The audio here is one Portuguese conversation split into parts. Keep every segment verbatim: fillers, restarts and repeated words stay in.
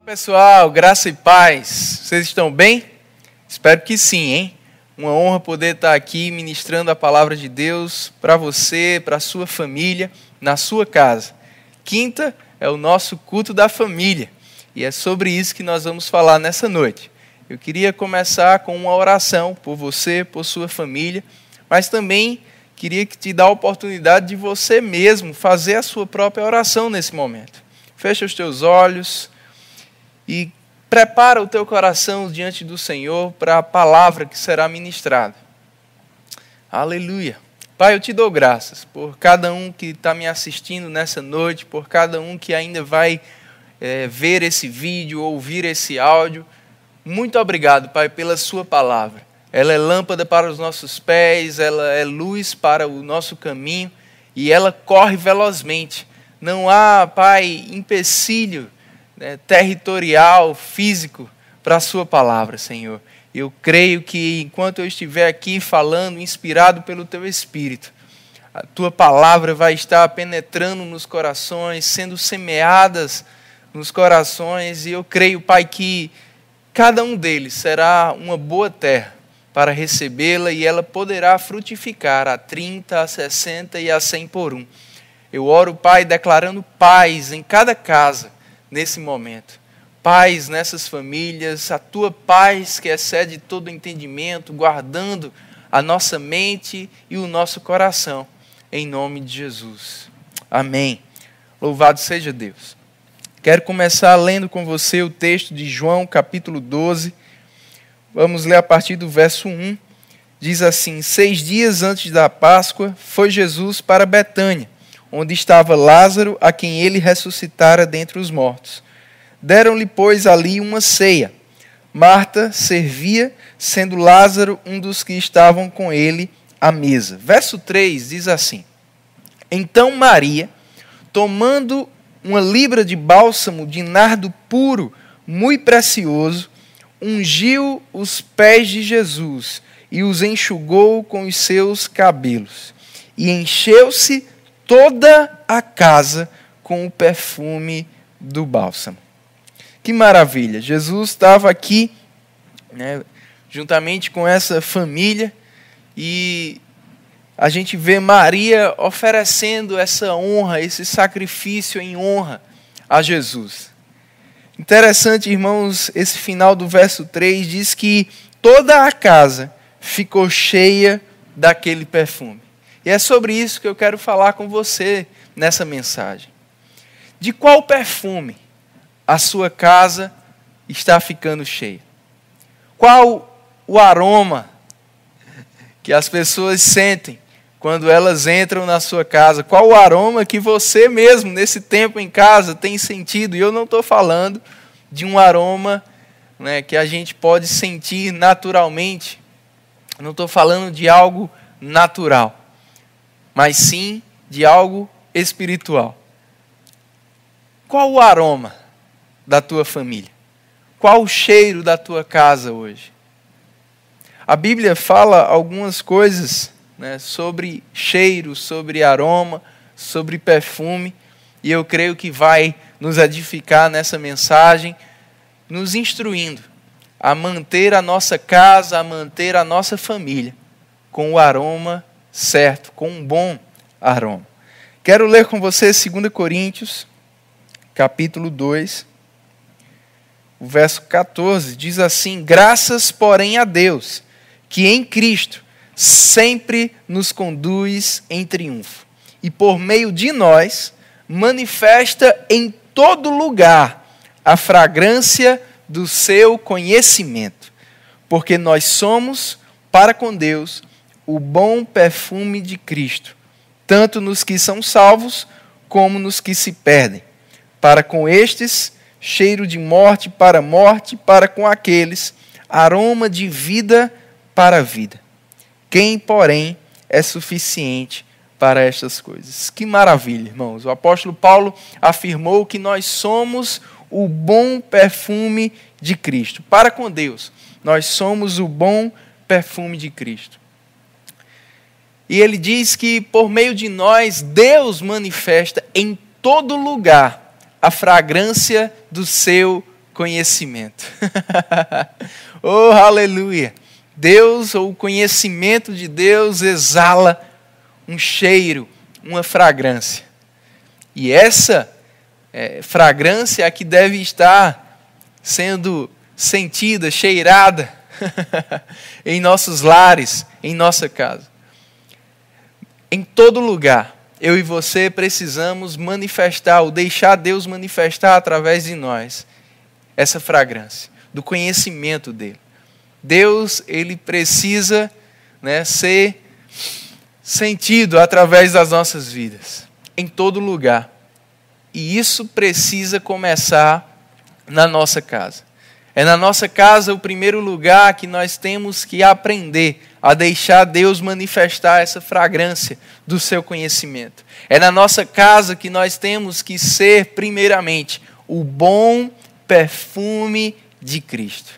Pessoal, graça e paz, vocês estão bem? Espero que sim, hein? Uma honra poder estar aqui ministrando a palavra de Deus para você, para a sua família, na sua casa. Quinta é o nosso culto da família e é sobre isso que nós vamos falar nessa noite. Eu queria começar com uma oração por você, por sua família, mas também queria te dar a oportunidade de você mesmo fazer a sua própria oração nesse momento. Fecha os teus olhos e prepara o teu coração diante do Senhor para a palavra que será ministrada. Aleluia. Pai, eu te dou graças por cada um que está me assistindo nessa noite, por cada um que ainda vai é, ver esse vídeo, ouvir esse áudio. Muito obrigado, Pai, pela sua palavra. Ela é lâmpada para os nossos pés, ela é luz para o nosso caminho e ela corre velozmente. Não há, Pai, empecilho Né, territorial, físico, para a sua palavra, Senhor. Eu creio que enquanto eu estiver aqui falando, inspirado pelo Teu Espírito, a Tua palavra vai estar penetrando nos corações, sendo semeadas nos corações, e eu creio, Pai, que cada um deles será uma boa terra para recebê-la, e ela poderá frutificar a trinta, a sessenta e a cem por um. Eu oro, Pai, declarando paz em cada casa, nesse momento. Paz nessas famílias, a tua paz que excede todo entendimento, guardando a nossa mente e o nosso coração, em nome de Jesus. Amém. Louvado seja Deus. Quero começar lendo com você o texto de João, capítulo doze. Vamos ler a partir do verso um. Diz assim: Seis dias antes da Páscoa, foi Jesus para Betânia, onde estava Lázaro, a quem ele ressuscitara dentre os mortos. Deram-lhe, pois, ali uma ceia. Marta servia, sendo Lázaro um dos que estavam com ele à mesa. Verso três diz assim: Então Maria, tomando uma libra de bálsamo de nardo puro, muito precioso, ungiu os pés de Jesus e os enxugou com os seus cabelos. E encheu-se toda a casa com o perfume do bálsamo. Que maravilha! Jesus estava aqui, né, juntamente com essa família, e a gente vê Maria oferecendo essa honra, esse sacrifício em honra a Jesus. Interessante, irmãos, esse final do verso três diz que toda a casa ficou cheia daquele perfume. E é sobre isso que eu quero falar com você nessa mensagem. De qual perfume a sua casa está ficando cheia? Qual o aroma que as pessoas sentem quando elas entram na sua casa? Qual o aroma que você mesmo, nesse tempo em casa, tem sentido? E eu não estou falando de um aroma, né, que a gente pode sentir naturalmente. Eu não estou falando de algo natural, mas sim de algo espiritual. Qual o aroma da tua família? Qual o cheiro da tua casa hoje? A Bíblia fala algumas coisas, né, sobre cheiro, sobre aroma, sobre perfume, e eu creio que vai nos edificar nessa mensagem, nos instruindo a manter a nossa casa, a manter a nossa família com o aroma certo, com um bom aroma. Quero ler com você dois Coríntios, capítulo dois, o verso catorze, diz assim: Graças, porém, a Deus, que em Cristo sempre nos conduz em triunfo, e por meio de nós manifesta em todo lugar a fragrância do seu conhecimento, porque nós somos, para com Deus, o bom perfume de Cristo, tanto nos que são salvos, como nos que se perdem. Para com estes, cheiro de morte para morte, para com aqueles, aroma de vida para a vida. Quem, porém, é suficiente para estas coisas? Que maravilha, irmãos. O apóstolo Paulo afirmou que nós somos o bom perfume de Cristo. Para com Deus, nós somos o bom perfume de Cristo. E ele diz que por meio de nós, Deus manifesta em todo lugar a fragrância do seu conhecimento. Oh, aleluia! Deus, ou o conhecimento de Deus, exala um cheiro, uma fragrância. E essa é, fragrância é a que deve estar sendo sentida, cheirada em nossos lares, em nossa casa. Em todo lugar, eu e você precisamos manifestar, ou deixar Deus manifestar através de nós, essa fragrância, do conhecimento dele. Deus, ele precisa, né, ser sentido através das nossas vidas, em todo lugar. E isso precisa começar na nossa casa. É na nossa casa o primeiro lugar que nós temos que aprender a deixar Deus manifestar essa fragrância do seu conhecimento. É na nossa casa que nós temos que ser, primeiramente, o bom perfume de Cristo.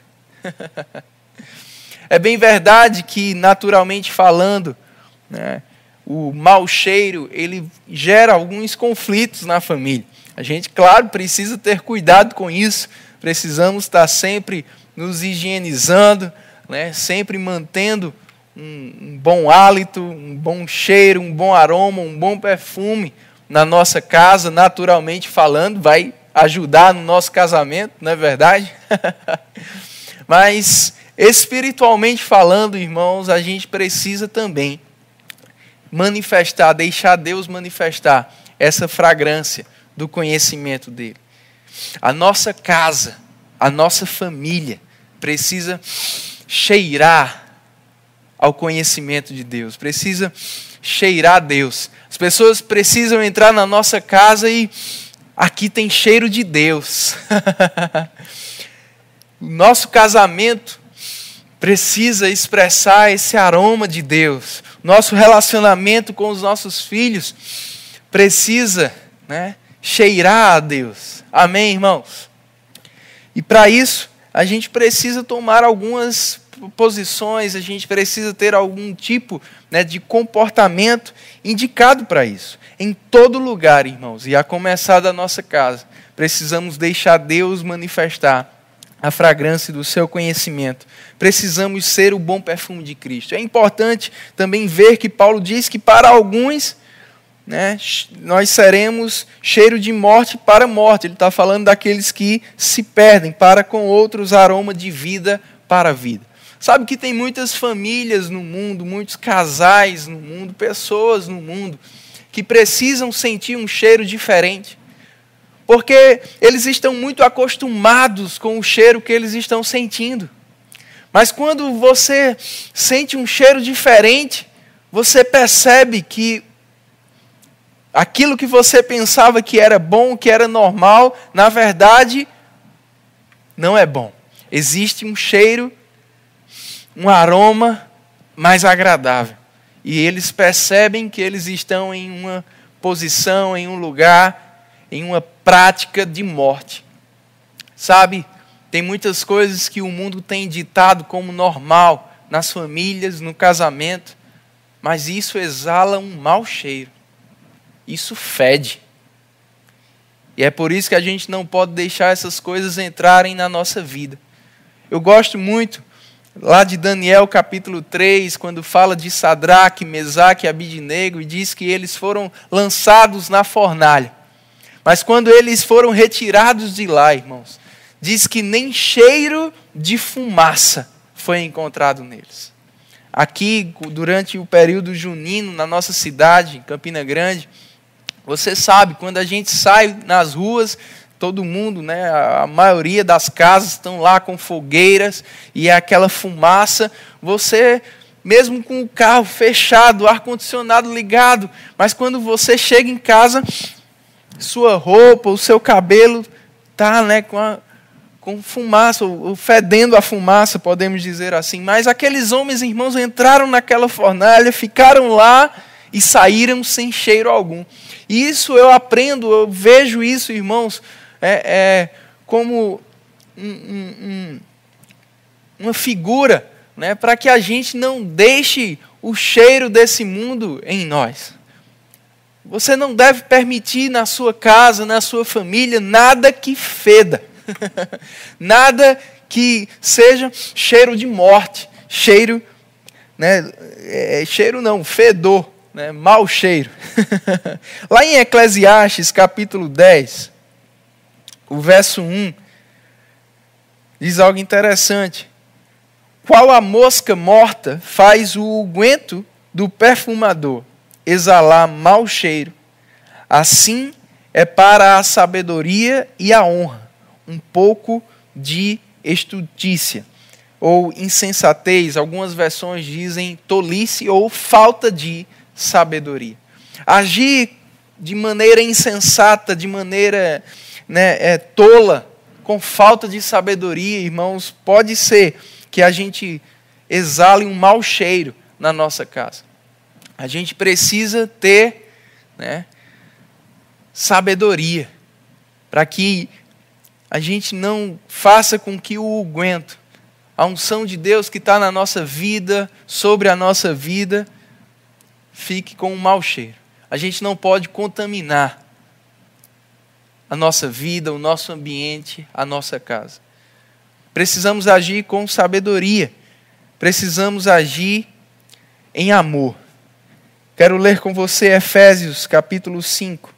É bem verdade que, naturalmente falando, né, o mau cheiro, ele gera alguns conflitos na família. A gente, claro, precisa ter cuidado com isso. Precisamos estar sempre nos higienizando, né, sempre mantendo um, um bom hálito, um bom cheiro, um bom aroma, um bom perfume na nossa casa, naturalmente falando, vai ajudar no nosso casamento, não é verdade? Mas, espiritualmente falando, irmãos, a gente precisa também manifestar, deixar Deus manifestar essa fragrância do conhecimento dele. A nossa casa, a nossa família precisa cheirar ao conhecimento de Deus, precisa cheirar a Deus. As pessoas precisam entrar na nossa casa e aqui tem cheiro de Deus. O nosso casamento precisa expressar esse aroma de Deus. Nosso relacionamento com os nossos filhos precisa, né, cheirar a Deus. Amém, irmãos? E para isso, a gente precisa tomar algumas posições, a gente precisa ter algum tipo, né, de comportamento indicado para isso. Em todo lugar, irmãos, e a começar da nossa casa, precisamos deixar Deus manifestar a fragrância do seu conhecimento. Precisamos ser o bom perfume de Cristo. É importante também ver que Paulo diz que para alguns, né, nós seremos cheiro de morte para morte. Ele está falando daqueles que se perdem, para com outros aroma de vida para a vida. Sabe que tem muitas famílias no mundo, muitos casais no mundo, pessoas no mundo, que precisam sentir um cheiro diferente. Porque eles estão muito acostumados com o cheiro que eles estão sentindo. Mas quando você sente um cheiro diferente, você percebe que aquilo que você pensava que era bom, que era normal, na verdade, não é bom. Existe um cheiro, um aroma mais agradável. E eles percebem que eles estão em uma posição, em um lugar, em uma prática de morte. Sabe, tem muitas coisas que o mundo tem ditado como normal nas famílias, no casamento, mas isso exala um mau cheiro. Isso fede. E é por isso que a gente não pode deixar essas coisas entrarem na nossa vida. Eu gosto muito lá de Daniel capítulo três, quando fala de Sadraque, Mesaque e Abidnego, e diz que eles foram lançados na fornalha. Mas quando eles foram retirados de lá, irmãos, diz que nem cheiro de fumaça foi encontrado neles. Aqui, durante o período junino, na nossa cidade, em Campina Grande, você sabe, quando a gente sai nas ruas, todo mundo, né, a maioria das casas estão lá com fogueiras e é aquela fumaça. Você, mesmo com o carro fechado, o ar-condicionado ligado, mas quando você chega em casa, sua roupa, o seu cabelo está, né, com, a, com fumaça, ou fedendo a fumaça, podemos dizer assim. Mas aqueles homens, irmãos, entraram naquela fornalha, ficaram lá e saíram sem cheiro algum. E isso eu aprendo, eu vejo isso, irmãos, é, é, como um, um, um, uma figura, né, para que a gente não deixe o cheiro desse mundo em nós. Você não deve permitir na sua casa, na sua família, nada que feda. Nada que seja cheiro de morte, cheiro, né, é, cheiro não, fedor, né, mau cheiro. Lá em Eclesiastes capítulo dez, o verso um, diz algo interessante. Qual a mosca morta faz o unguento do perfumador exalar mau cheiro, assim é para a sabedoria e a honra um pouco de estultícia, ou insensatez, algumas versões dizem tolice ou falta de sabedoria. Agir de maneira insensata, de maneira né, é, tola, com falta de sabedoria, irmãos, pode ser que a gente exale um mau cheiro na nossa casa. A gente precisa ter né, sabedoria para que a gente não faça com que o unguento, a unção de Deus que está na nossa vida, sobre a nossa vida, fique com um mau cheiro. A gente não pode contaminar a nossa vida, o nosso ambiente, a nossa casa. Precisamos agir com sabedoria. Precisamos agir em amor. Quero ler com você Efésios capítulo cinco.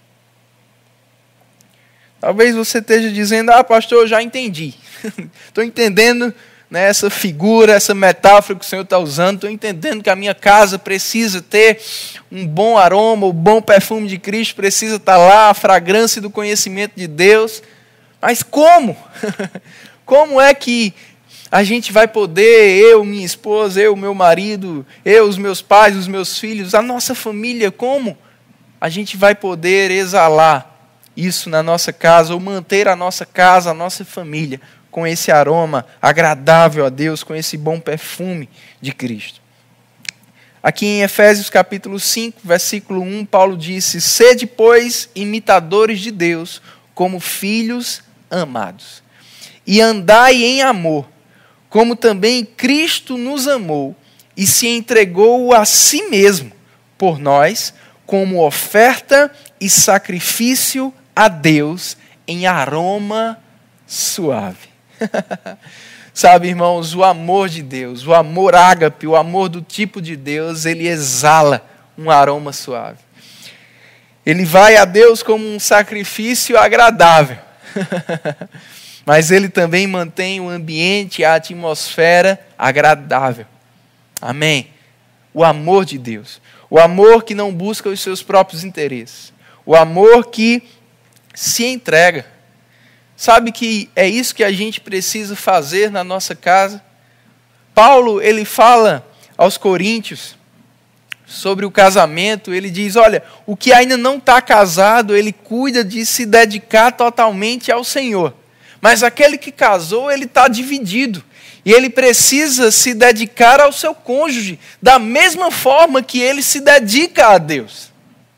Talvez você esteja dizendo, ah, pastor, eu já entendi. Estou entendendo né, essa figura, essa metáfora que o Senhor está usando. Estou entendendo que a minha casa precisa ter um bom aroma, o bom perfume de Cristo precisa estar lá, a fragrância do conhecimento de Deus. Mas como? Como é que a gente vai poder, eu, minha esposa, eu, meu marido, eu, os meus pais, os meus filhos, a nossa família, como a gente vai poder exalar isso na nossa casa, ou manter a nossa casa, a nossa família, com esse aroma agradável a Deus, com esse bom perfume de Cristo? Aqui em Efésios capítulo cinco, versículo um, Paulo disse, sede, pois, imitadores de Deus, como filhos amados. E andai em amor, como também Cristo nos amou e se entregou a si mesmo por nós, como oferta e sacrifício a Deus em aroma suave. Sabe, irmãos, o amor de Deus, o amor ágape, o amor do tipo de Deus, ele exala um aroma suave. Ele vai a Deus como um sacrifício agradável. Mas ele também mantém o ambiente, a atmosfera agradável. Amém? O amor de Deus. O amor que não busca os seus próprios interesses. O amor que se entrega. Sabe que é isso que a gente precisa fazer na nossa casa? Paulo, ele fala aos coríntios sobre o casamento. Ele diz, olha, o que ainda não está casado, ele cuida de se dedicar totalmente ao Senhor. Mas aquele que casou, ele está dividido. E ele precisa se dedicar ao seu cônjuge, da mesma forma que ele se dedica a Deus.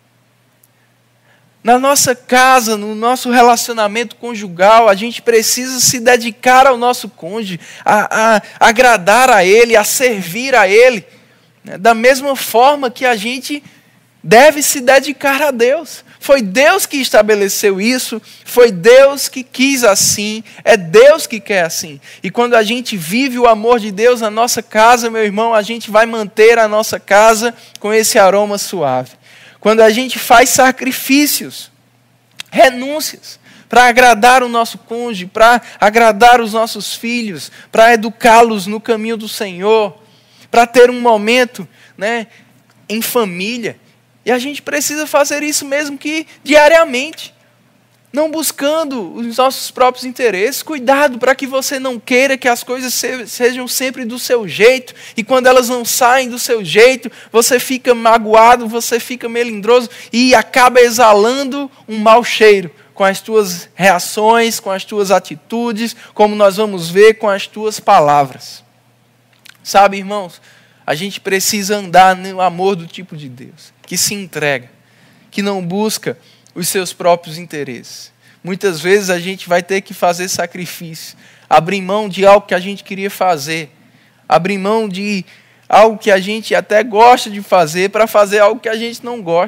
Na nossa casa, no nosso relacionamento conjugal, a gente precisa se dedicar ao nosso cônjuge, a, a, a agradar a ele, a servir a ele. Né? Da mesma forma que a gente deve se dedicar a Deus. Foi Deus que estabeleceu isso, foi Deus que quis assim, é Deus que quer assim. E quando a gente vive o amor de Deus na nossa casa, meu irmão, a gente vai manter a nossa casa com esse aroma suave. Quando a gente faz sacrifícios, renúncias, para agradar o nosso cônjuge, para agradar os nossos filhos, para educá-los no caminho do Senhor, para ter um momento né, em família. E a gente precisa fazer isso mesmo que diariamente. Não buscando os nossos próprios interesses. Cuidado para que você não queira que as coisas sejam sempre do seu jeito. E quando elas não saem do seu jeito, você fica magoado, você fica melindroso e acaba exalando um mau cheiro com as tuas reações, com as tuas atitudes, como nós vamos ver com as tuas palavras. Sabe, irmãos, a gente precisa andar no amor do tipo de Deus, que se entrega, que não busca os seus próprios interesses. Muitas vezes a gente vai ter que fazer sacrifício, abrir mão de algo que a gente queria fazer, abrir mão de algo que a gente até gosta de fazer para fazer algo que a gente não gosta.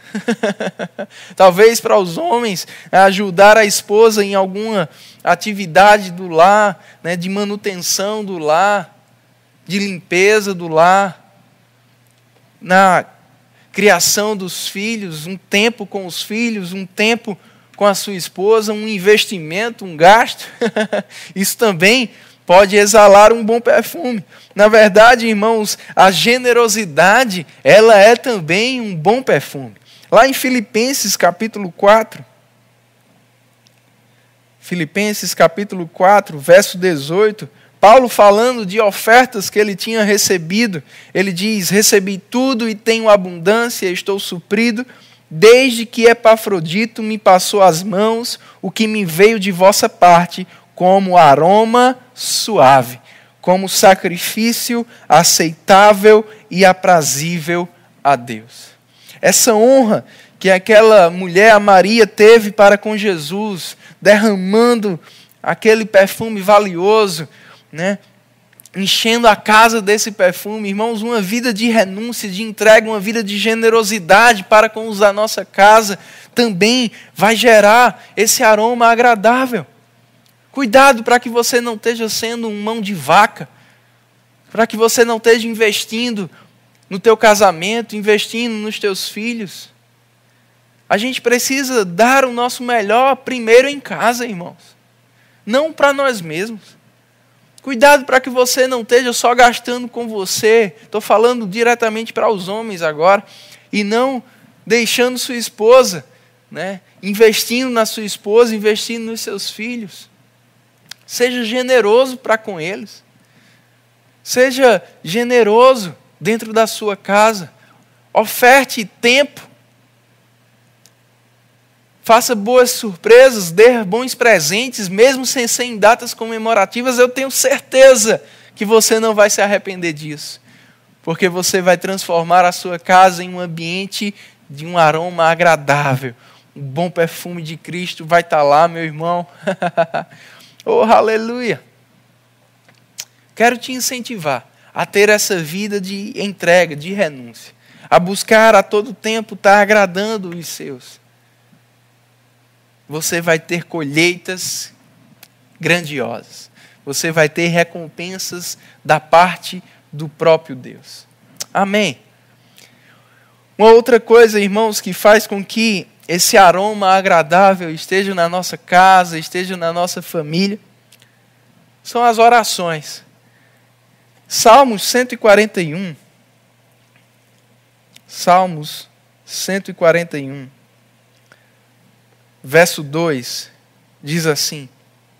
Talvez para os homens, ajudar a esposa em alguma atividade do lar, né, de manutenção do lar, de limpeza do lar, na criação dos filhos, um tempo com os filhos, um tempo com a sua esposa, um investimento, um gasto. Isso também pode exalar um bom perfume. Na verdade, irmãos, a generosidade, ela é também um bom perfume. Lá em Filipenses capítulo quatro, Filipenses capítulo quatro, verso dezoito, Paulo falando de ofertas que ele tinha recebido, ele diz: recebi tudo e tenho abundância, estou suprido, desde que Epafrodito me passou as mãos, o que me veio de vossa parte, como aroma suave, como sacrifício aceitável e aprazível a Deus. Essa honra que aquela mulher, a Maria, teve para com Jesus, derramando aquele perfume valioso, né? Enchendo a casa desse perfume, irmãos, uma vida de renúncia, de entrega, uma vida de generosidade para com os da nossa casa, também vai gerar esse aroma agradável. Cuidado para que você não esteja sendo um mão de vaca, para que você não esteja investindo no teu casamento, investindo nos teus filhos. A gente precisa dar o nosso melhor primeiro em casa, irmãos, não para nós mesmos. Cuidado para que você não esteja só gastando com você. Estou falando diretamente para os homens agora. E não deixando sua esposa, né, investindo na sua esposa, investindo nos seus filhos. Seja generoso para com eles. Seja generoso dentro da sua casa. Oferte tempo. Faça boas surpresas, dê bons presentes, mesmo sem ser em datas comemorativas. Eu tenho certeza que você não vai se arrepender disso. Porque você vai transformar a sua casa em um ambiente de um aroma agradável. Um bom perfume de Cristo vai estar lá, meu irmão. Oh, aleluia! Quero te incentivar a ter essa vida de entrega, de renúncia. A buscar a todo tempo estar agradando os seus. Você vai ter colheitas grandiosas. Você vai ter recompensas da parte do próprio Deus. Amém. Uma outra coisa, irmãos, que faz com que esse aroma agradável esteja na nossa casa, esteja na nossa família, são as orações. Salmos cento e quarenta e um. Salmos cento e quarenta e um. Verso dois, diz assim: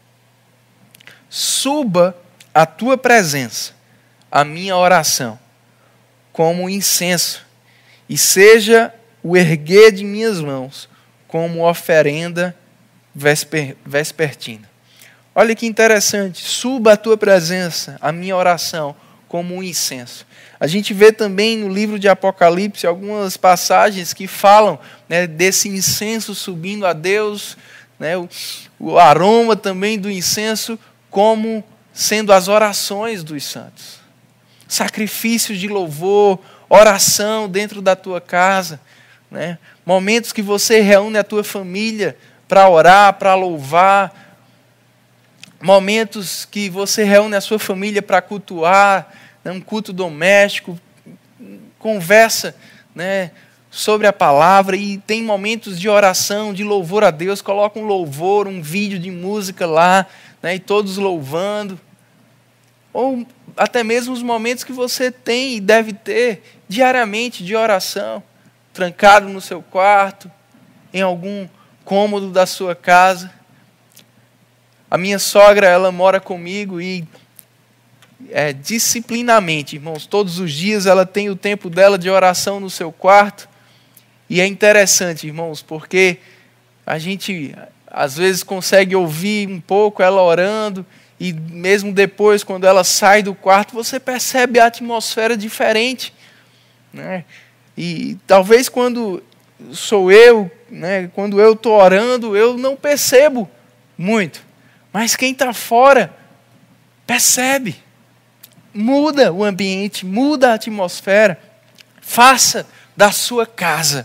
suba à tua presença a minha oração, como incenso, e seja o erguer de minhas mãos, como oferenda vesper, vespertina. Olha que interessante, suba à tua presença a minha oração, como um incenso. A gente vê também no livro de Apocalipse algumas passagens que falam, né, desse incenso subindo a Deus, né, o, o aroma também do incenso como sendo as orações dos santos. Sacrifícios de louvor, oração dentro da tua casa, né, momentos que você reúne a tua família para orar, para louvar, momentos que você reúne a sua família para cultuar, um culto doméstico, conversa, né, sobre a palavra, e tem momentos de oração, de louvor a Deus, coloca um louvor, um vídeo de música lá, né, e todos louvando. Ou até mesmo os momentos que você tem e deve ter diariamente de oração, trancado no seu quarto, em algum cômodo da sua casa. A minha sogra, ela mora comigo e É, disciplinamente, irmãos, todos os dias ela tem o tempo dela de oração no seu quarto. E é interessante, irmãos, porque a gente às vezes consegue ouvir um pouco ela orando, e mesmo depois, quando ela sai do quarto, você percebe a atmosfera diferente, né? E talvez quando sou eu, né, quando eu estou orando, eu não percebo muito, mas quem está fora percebe. Muda o ambiente, muda a atmosfera. Faça da sua casa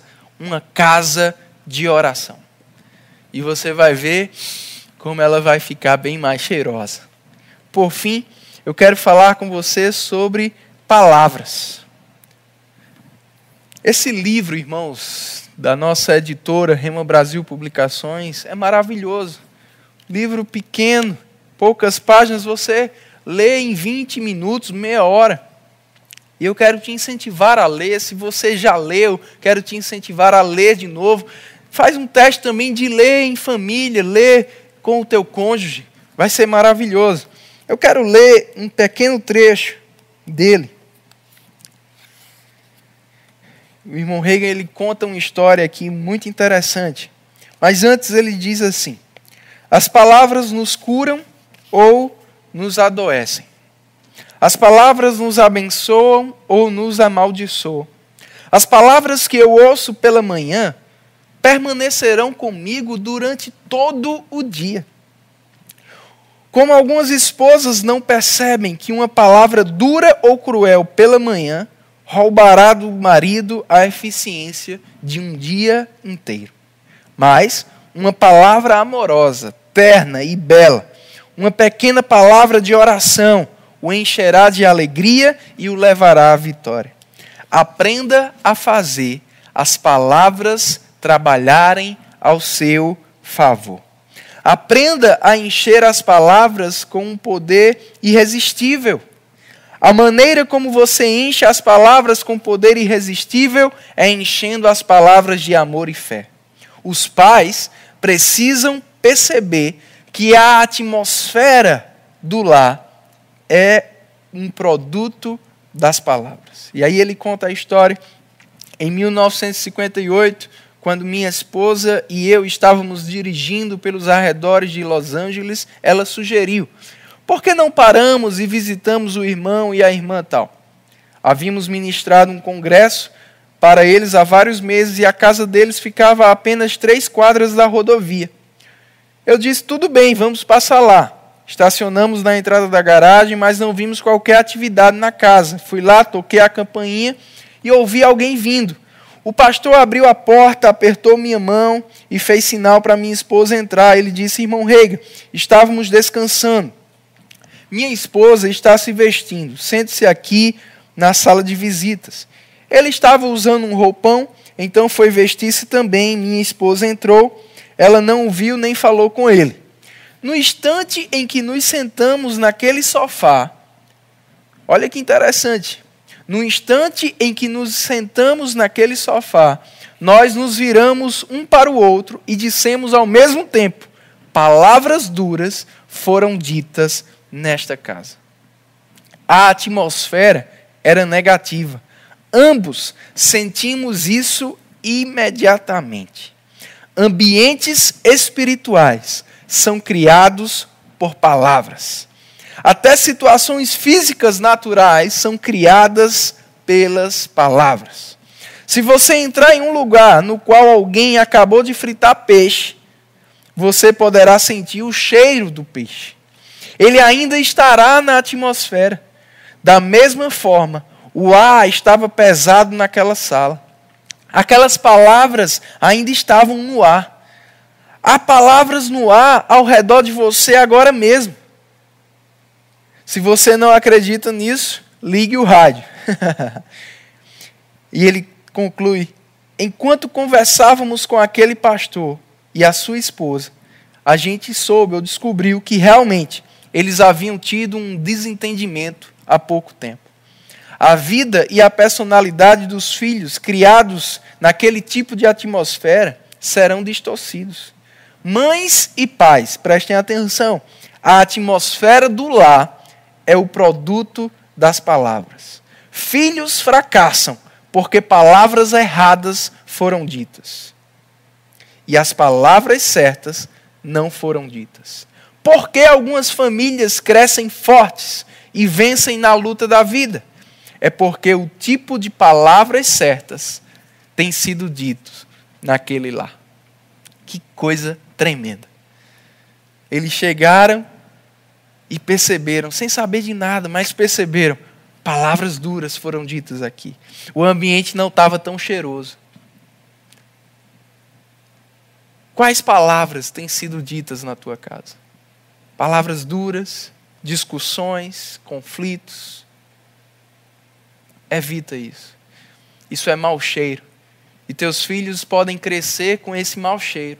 uma casa de oração. E você vai ver como ela vai ficar bem mais cheirosa. Por fim, eu quero falar com você sobre palavras. Esse livro, irmãos, da nossa editora Rema Brasil Publicações, é maravilhoso. Livro pequeno, poucas páginas, você lê em vinte minutos, meia hora. E eu quero te incentivar a ler. Se você já leu, quero te incentivar a ler de novo. Faz um teste também de ler em família, ler com o teu cônjuge. Vai ser maravilhoso. Eu quero ler um pequeno trecho dele. O irmão Reagan, ele conta uma história aqui muito interessante. Mas antes ele diz assim: as palavras nos curam ou nos adoecem. As palavras nos abençoam ou nos amaldiçoam. As palavras que eu ouço pela manhã permanecerão comigo durante todo o dia. Como algumas esposas não percebem que uma palavra dura ou cruel pela manhã roubará do marido a eficiência de um dia inteiro. Mas uma palavra amorosa, terna e bela, uma pequena palavra de oração, o encherá de alegria e o levará à vitória. Aprenda a fazer as palavras trabalharem ao seu favor. Aprenda a encher as palavras com um poder irresistível. A maneira como você enche as palavras com poder irresistível é enchendo as palavras de amor e fé. Os pais precisam perceber que a atmosfera do lar é um produto das palavras. E aí ele conta a história. Em mil novecentos e cinquenta e oito, quando minha esposa e eu estávamos dirigindo pelos arredores de Los Angeles, ela sugeriu: por que não paramos e visitamos o irmão e a irmã tal? Havíamos ministrado um congresso para eles há vários meses e a casa deles ficava a apenas três quadras da rodovia. Eu disse: tudo bem, vamos passar lá. Estacionamos na entrada da garagem, mas não vimos qualquer atividade na casa. Fui lá, toquei a campainha e ouvi alguém vindo. O pastor abriu a porta, apertou minha mão e fez sinal para minha esposa entrar. Ele disse: irmão Reagan, estávamos descansando. Minha esposa está se vestindo. Sente-se aqui na sala de visitas. Ele estava usando um roupão, então foi vestir-se também. Minha esposa entrou. Ela não o viu nem falou com ele. No instante em que nos sentamos naquele sofá, olha que interessante, no instante em que nos sentamos naquele sofá, nós nos viramos um para o outro e dissemos ao mesmo tempo: palavras duras foram ditas nesta casa. A atmosfera era negativa. Ambos sentimos isso imediatamente. Ambientes espirituais são criados por palavras. Até situações físicas naturais são criadas pelas palavras. Se você entrar em um lugar no qual alguém acabou de fritar peixe, você poderá sentir o cheiro do peixe. Ele ainda estará na atmosfera. Da mesma forma, o ar estava pesado naquela sala. Aquelas palavras ainda estavam no ar. Há palavras no ar ao redor de você agora mesmo. Se você não acredita nisso, ligue o rádio. E ele conclui: enquanto conversávamos com aquele pastor e a sua esposa, a gente soube ou descobriu que realmente eles haviam tido um desentendimento há pouco tempo. A vida e a personalidade dos filhos criados naquele tipo de atmosfera serão distorcidos. Mães e pais, prestem atenção, a atmosfera do lar é o produto das palavras. Filhos fracassam porque palavras erradas foram ditas. E as palavras certas não foram ditas. Por que algumas famílias crescem fortes e vencem na luta da vida? É porque o tipo de palavras certas tem sido dito naquele lar. Que coisa tremenda. Eles chegaram e perceberam, sem saber de nada, mas perceberam, palavras duras foram ditas aqui. O ambiente não estava tão cheiroso. Quais palavras têm sido ditas na tua casa? Palavras duras, discussões, conflitos. Evita isso. Isso é mau cheiro. E teus filhos podem crescer com esse mau cheiro.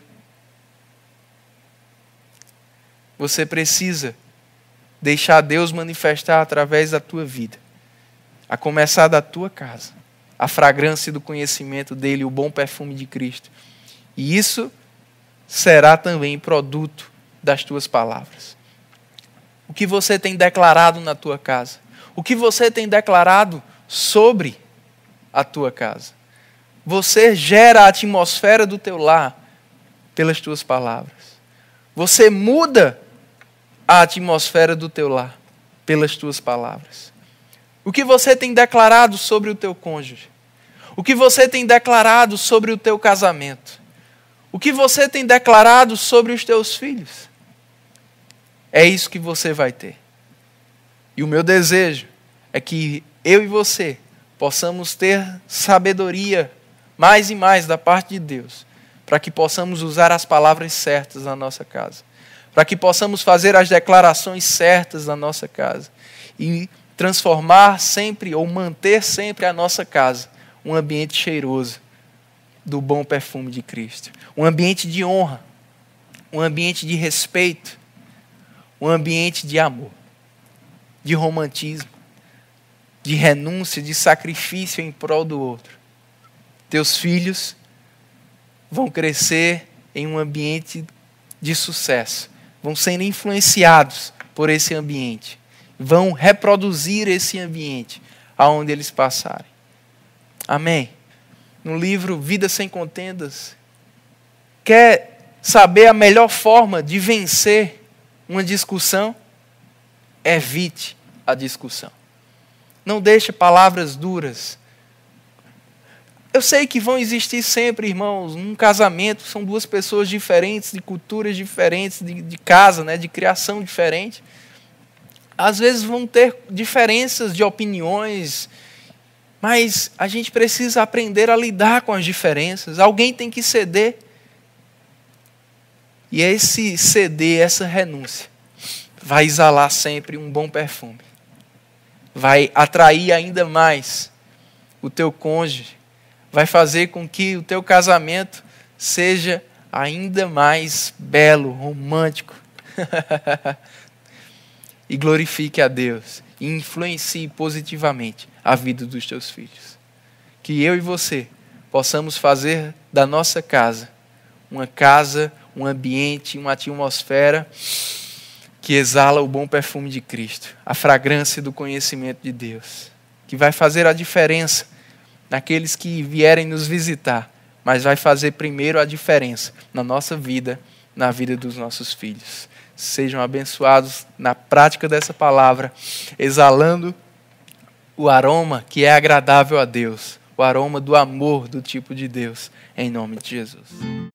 Você precisa deixar Deus manifestar através da tua vida. A começar da tua casa. A fragrância do conhecimento dele, o bom perfume de Cristo. E isso será também produto das tuas palavras. O que você tem declarado na tua casa? O que você tem declarado sobre a tua casa? Você gera a atmosfera do teu lar pelas tuas palavras. Você muda a atmosfera do teu lar pelas tuas palavras. O que você tem declarado sobre o teu cônjuge? O que você tem declarado sobre o teu casamento? O que você tem declarado sobre os teus filhos? É isso que você vai ter. E o meu desejo é que eu e você possamos ter sabedoria mais e mais da parte de Deus, para que possamos usar as palavras certas na nossa casa, para que possamos fazer as declarações certas na nossa casa e transformar sempre ou manter sempre a nossa casa um ambiente cheiroso do bom perfume de Cristo. Um ambiente de honra, um ambiente de respeito, um ambiente de amor, de romantismo, de renúncia, de sacrifício em prol do outro. Teus filhos vão crescer em um ambiente de sucesso, vão sendo influenciados por esse ambiente, vão reproduzir esse ambiente aonde eles passarem. Amém? No livro Vida Sem Contendas, quer saber a melhor forma de vencer uma discussão? Evite a discussão. Não deixe palavras duras. Eu sei que vão existir sempre, irmãos, num casamento, são duas pessoas diferentes, de culturas diferentes, de, de casa, né, de criação diferente. Às vezes vão ter diferenças de opiniões, mas a gente precisa aprender a lidar com as diferenças. Alguém tem que ceder. E esse ceder, essa renúncia, vai exalar sempre um bom perfume. Vai atrair ainda mais o teu cônjuge. Vai fazer com que o teu casamento seja ainda mais belo, romântico. E glorifique a Deus. E influencie positivamente a vida dos teus filhos. Que eu e você possamos fazer da nossa casa uma casa, um ambiente, uma atmosfera que exala o bom perfume de Cristo, a fragrância do conhecimento de Deus, que vai fazer a diferença naqueles que vierem nos visitar, mas vai fazer primeiro a diferença na nossa vida, na vida dos nossos filhos. Sejam abençoados na prática dessa palavra, exalando o aroma que é agradável a Deus, o aroma do amor do tipo de Deus, em nome de Jesus.